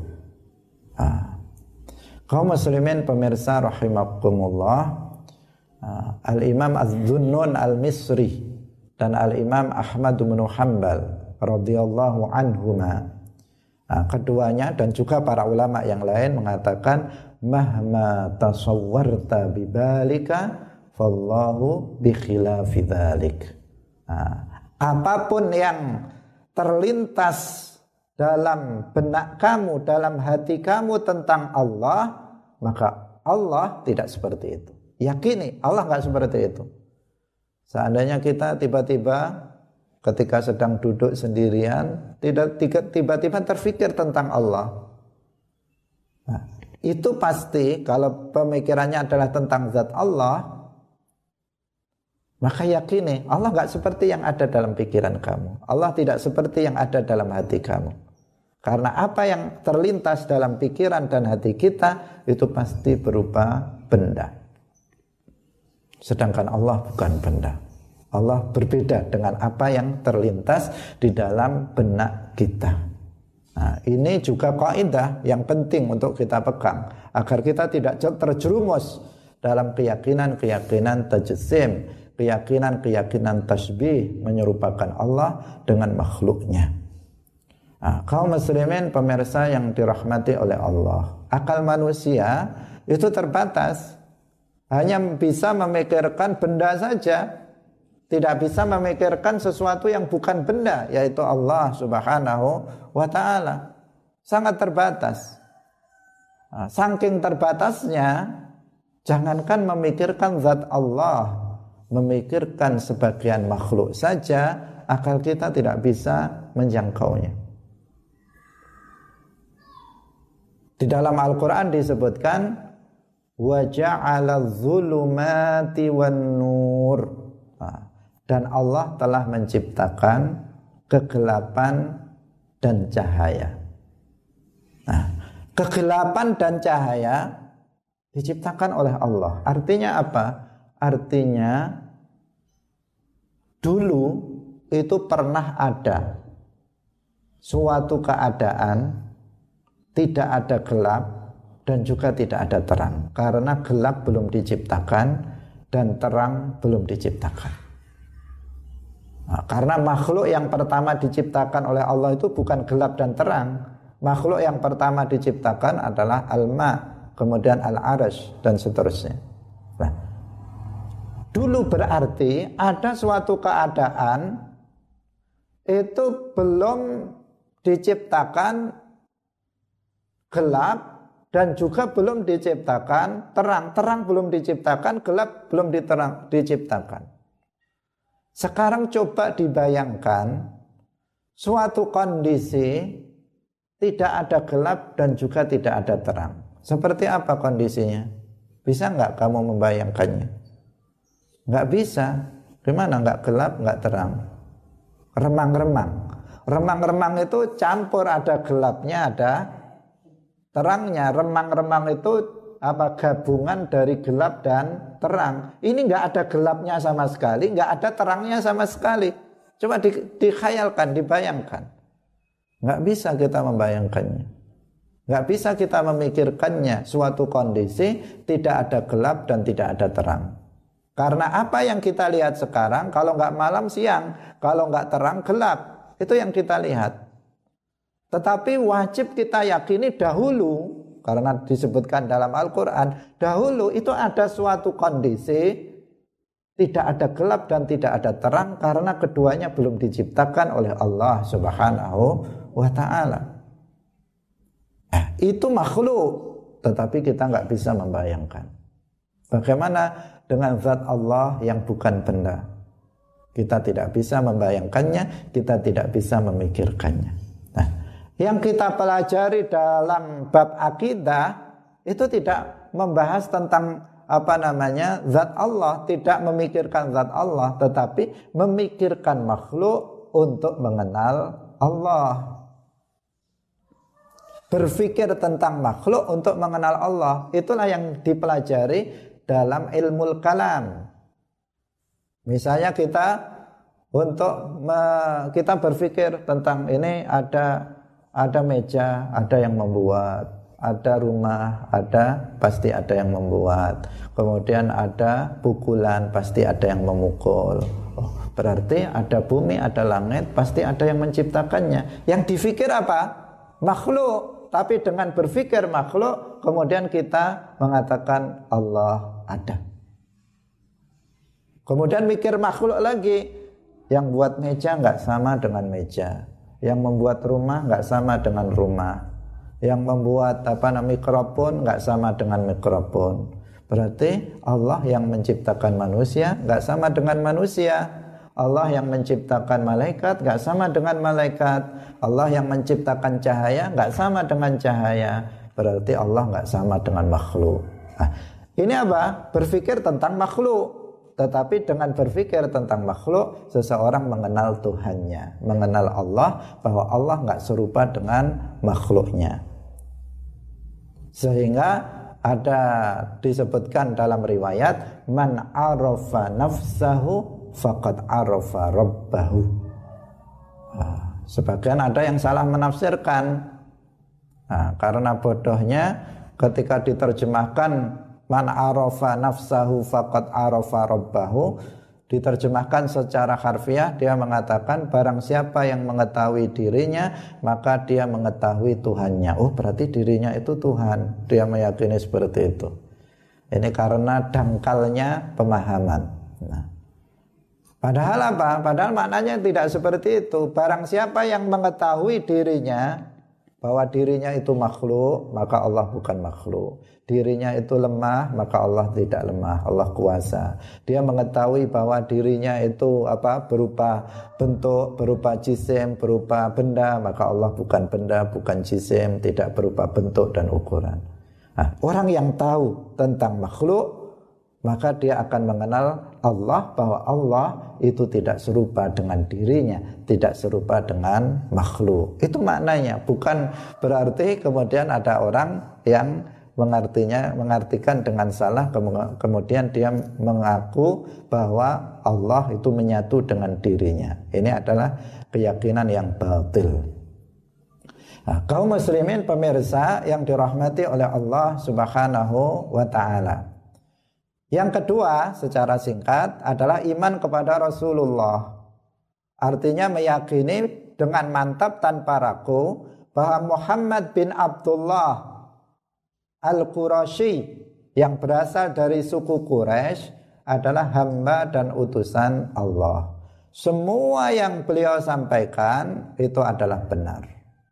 Kaum muslimin pemirsa rahimakumullah, Al-Imam Az-Zunnun Al-Misri dan Al-Imam Ahmad bin Hanbal radhiyallahu anhuma, keduanya dan juga para ulama yang lain mengatakan mahma tasawwarta bibalika fallahu bi khilafi dzalik. Apapun yang terlintas dalam benak kamu, dalam hati kamu tentang Allah, maka Allah tidak seperti itu. Yakini Allah enggak seperti itu. Seandainya kita tiba-tiba ketika sedang duduk sendirian, tiba-tiba terfikir tentang Allah, itu pasti kalau pemikirannya adalah tentang zat Allah, Maka yakini Allah nggak seperti yang ada dalam pikiran kamu. Allah tidak seperti yang ada dalam hati kamu. Karena apa yang terlintas dalam pikiran dan hati kita itu pasti berupa benda. Sedangkan Allah bukan benda. Allah berbeda dengan apa yang terlintas di dalam benak kita. Nah, ini juga kaidah yang penting untuk kita pegang agar kita tidak terjerumus dalam keyakinan-keyakinan tajsim, keyakinan-keyakinan tasbih, menyerupakan Allah dengan makhluknya. Nah, kaum muslimin pemirsa yang dirahmati oleh Allah, akal manusia itu terbatas, hanya bisa memikirkan benda saja, tidak bisa memikirkan sesuatu yang bukan benda, yaitu Allah Subhanahu wa ta'ala. Sangat terbatas. Nah, saking terbatasnya, jangankan memikirkan zat Allah, memikirkan sebagian makhluk saja, akal kita tidak bisa menjangkaunya. Di dalam Al-Quran disebutkan wa ja'ala dzulumati wan nur. Dan Allah telah menciptakan kegelapan dan cahaya. Nah, kegelapan dan cahaya diciptakan oleh Allah. Artinya apa? Artinya dulu itu pernah ada suatu keadaan tidak ada gelap dan juga tidak ada terang, karena gelap belum diciptakan dan terang belum diciptakan. Nah, karena makhluk yang pertama diciptakan oleh Allah itu bukan gelap dan terang. Makhluk yang pertama diciptakan adalah al-ma, kemudian al-arash dan seterusnya. Nah, dulu berarti ada suatu keadaan itu belum diciptakan gelap dan juga belum diciptakan terang. Terang belum diciptakan, gelap belum diciptakan. Sekarang coba dibayangkan suatu kondisi tidak ada gelap dan juga tidak ada terang. Seperti apa kondisinya? Bisa nggak kamu membayangkannya? Nggak bisa. Gimana nggak gelap, nggak terang? Remang-remang. Remang-remang itu campur, ada gelapnya, ada terangnya. Remang-remang itu apa, gabungan dari gelap dan terang. Ini nggak ada gelapnya sama sekali, nggak ada terangnya sama sekali. Coba dikhayalkan, dibayangkan. Nggak bisa kita membayangkannya. Nggak bisa kita memikirkannya. Suatu kondisi tidak ada gelap dan tidak ada terang. Karena apa yang kita lihat sekarang, kalau nggak malam siang, kalau nggak terang gelap, itu yang kita lihat. Tetapi wajib kita yakini dahulu, karena disebutkan dalam Al-Quran, dahulu itu ada suatu kondisi tidak ada gelap dan tidak ada terang, karena keduanya belum diciptakan oleh Allah Subhanahu wa ta'ala. Itu makhluk, tetapi kita nggak bisa membayangkan. Bagaimana dengan zat Allah yang bukan benda? Kita tidak bisa membayangkannya, kita tidak bisa memikirkannya. Nah, yang kita pelajari dalam bab akidah itu tidak membahas tentang zat Allah, tidak memikirkan zat Allah, tetapi memikirkan makhluk untuk mengenal Allah. Berpikir tentang makhluk untuk mengenal Allah, itulah yang dipelajari dalam ilmu kalam. Misalnya kita berpikir tentang ini, ada meja, ada yang membuat, ada rumah, pasti ada yang membuat. Kemudian ada pukulan, pasti ada yang memukul. Oh, berarti ada bumi, ada langit, pasti ada yang menciptakannya. Yang difikir apa? Makhluk. Tapi dengan berpikir makhluk, kemudian kita mengatakan Allah ada. Kemudian mikir makhluk lagi. Yang buat meja nggak sama dengan meja. Yang membuat rumah nggak sama dengan rumah. Yang membuat mikrofon nggak sama dengan mikrofon. Berarti Allah yang menciptakan manusia nggak sama dengan manusia. Allah yang menciptakan malaikat nggak sama dengan malaikat. Allah yang menciptakan cahaya nggak sama dengan cahaya. Berarti Allah nggak sama dengan makhluk. Nah, ini apa? Berpikir tentang makhluk. tetapi dengan berpikir tentang makhluk, seseorang mengenal Tuhannya, mengenal Allah, bahwa Allah enggak serupa dengan makhluknya. Sehingga ada disebutkan dalam riwayat, man arafa nafsahu faqad arafa rabbahu. Sebagian ada yang salah menafsirkan. Karena bodohnya ketika diterjemahkan man arafa nafsahu faqad arafa rabbahu, diterjemahkan secara harfiah, dia mengatakan barang siapa yang mengetahui dirinya maka dia mengetahui Tuhannya. Oh, berarti dirinya itu Tuhan. Dia meyakini seperti itu. Ini karena dangkalnya pemahaman. Padahal apa? Padahal maknanya tidak seperti itu. Barang siapa yang mengetahui dirinya bahwa dirinya itu makhluk, maka Allah bukan makhluk. Dirinya itu lemah, maka Allah tidak lemah. Allah kuasa. Dia mengetahui bahwa dirinya itu berupa bentuk, berupa jisim, berupa benda, maka Allah bukan benda, bukan jisim, tidak berupa bentuk dan ukuran. Orang yang tahu tentang makhluk, maka dia akan mengenal Allah, bahwa Allah itu tidak serupa dengan dirinya, tidak serupa dengan makhluk. Itu maknanya, bukan berarti kemudian ada orang yang mengartikan dengan salah, kemudian dia mengaku bahwa Allah itu menyatu dengan dirinya. Ini adalah keyakinan yang batil. Kaum muslimin pemirsa yang dirahmati oleh Allah Subhanahu wa ta'ala. Yang kedua secara singkat adalah iman kepada Rasulullah. Artinya meyakini dengan mantap tanpa ragu bahwa Muhammad bin Abdullah Al-Qurashi yang berasal dari suku Quraisy adalah hamba dan utusan Allah. Semua yang beliau sampaikan itu adalah benar.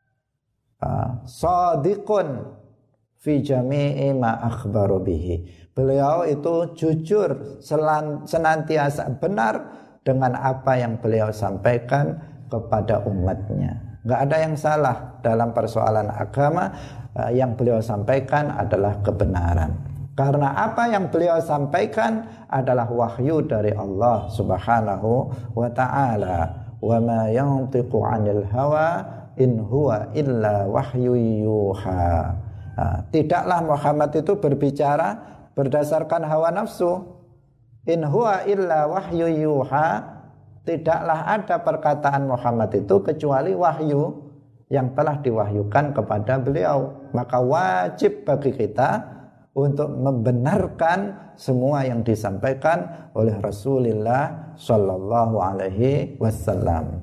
Shadiqun fi jami'i ma akhbaru bihi. Beliau itu jujur, senantiasa benar dengan apa yang beliau sampaikan kepada umatnya. Enggak ada yang salah dalam persoalan agama. Yang beliau sampaikan adalah kebenaran. Karena apa yang beliau sampaikan adalah wahyu dari Allah Subhanahu wa ta'ala. Wa ma yantiqu 'anil hawa in huwa illa wahyu yuha. Tidaklah Muhammad itu berbicara berdasarkan hawa nafsu. In huwa illa wahyu yuha. Tidaklah ada perkataan Muhammad itu kecuali wahyu yang telah diwahyukan kepada beliau. Maka wajib bagi kita untuk membenarkan semua yang disampaikan oleh Rasulullah Sallallahu Alaihi Wasallam.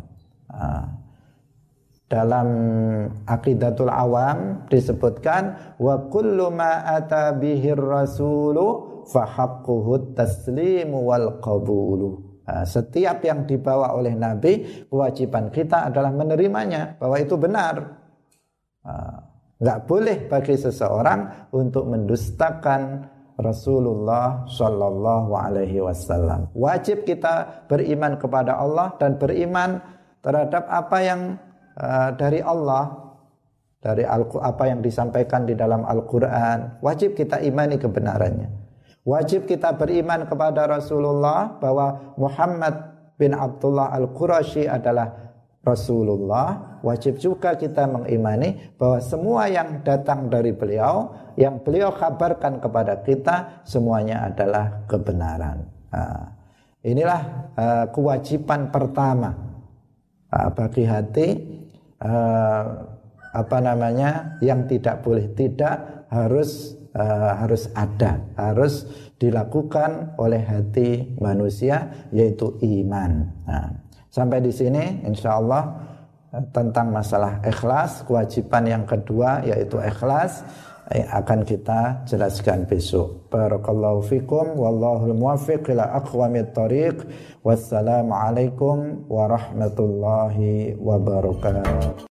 Dalam Aqidatul Awam disebutkan wa kullu ma ata bihir rasulu fa haqquhu taslimu wal qabulu. Setiap yang dibawa oleh Nabi, kewajiban kita adalah menerimanya, bahwa itu benar. Enggak boleh bagi seseorang untuk mendustakan Rasulullah Sallallahu Alaihi Wasallam. Wajib kita beriman kepada Allah dan beriman terhadap apa yang dari Allah, dari apa yang disampaikan di dalam Al-Quran. Wajib kita imani kebenarannya. Wajib kita beriman kepada Rasulullah bahwa Muhammad bin Abdullah Al-Qurashi adalah Rasulullah. Wajib juga kita mengimani bahwa semua yang datang dari beliau, yang beliau kabarkan kepada kita, semuanya adalah kebenaran. Inilah kewajiban pertama bagi hati, yang tidak boleh tidak, harus ada, harus dilakukan oleh hati manusia, yaitu iman. Sampai di sini insyaallah tentang masalah ikhlas. Kewajiban yang kedua yaitu ikhlas akan kita jelaskan besok. Barakallahu fikum wallahul muwaffiq ila aqwamit thoriq. Wassalamu alaikum warahmatullahi wabarakatuh.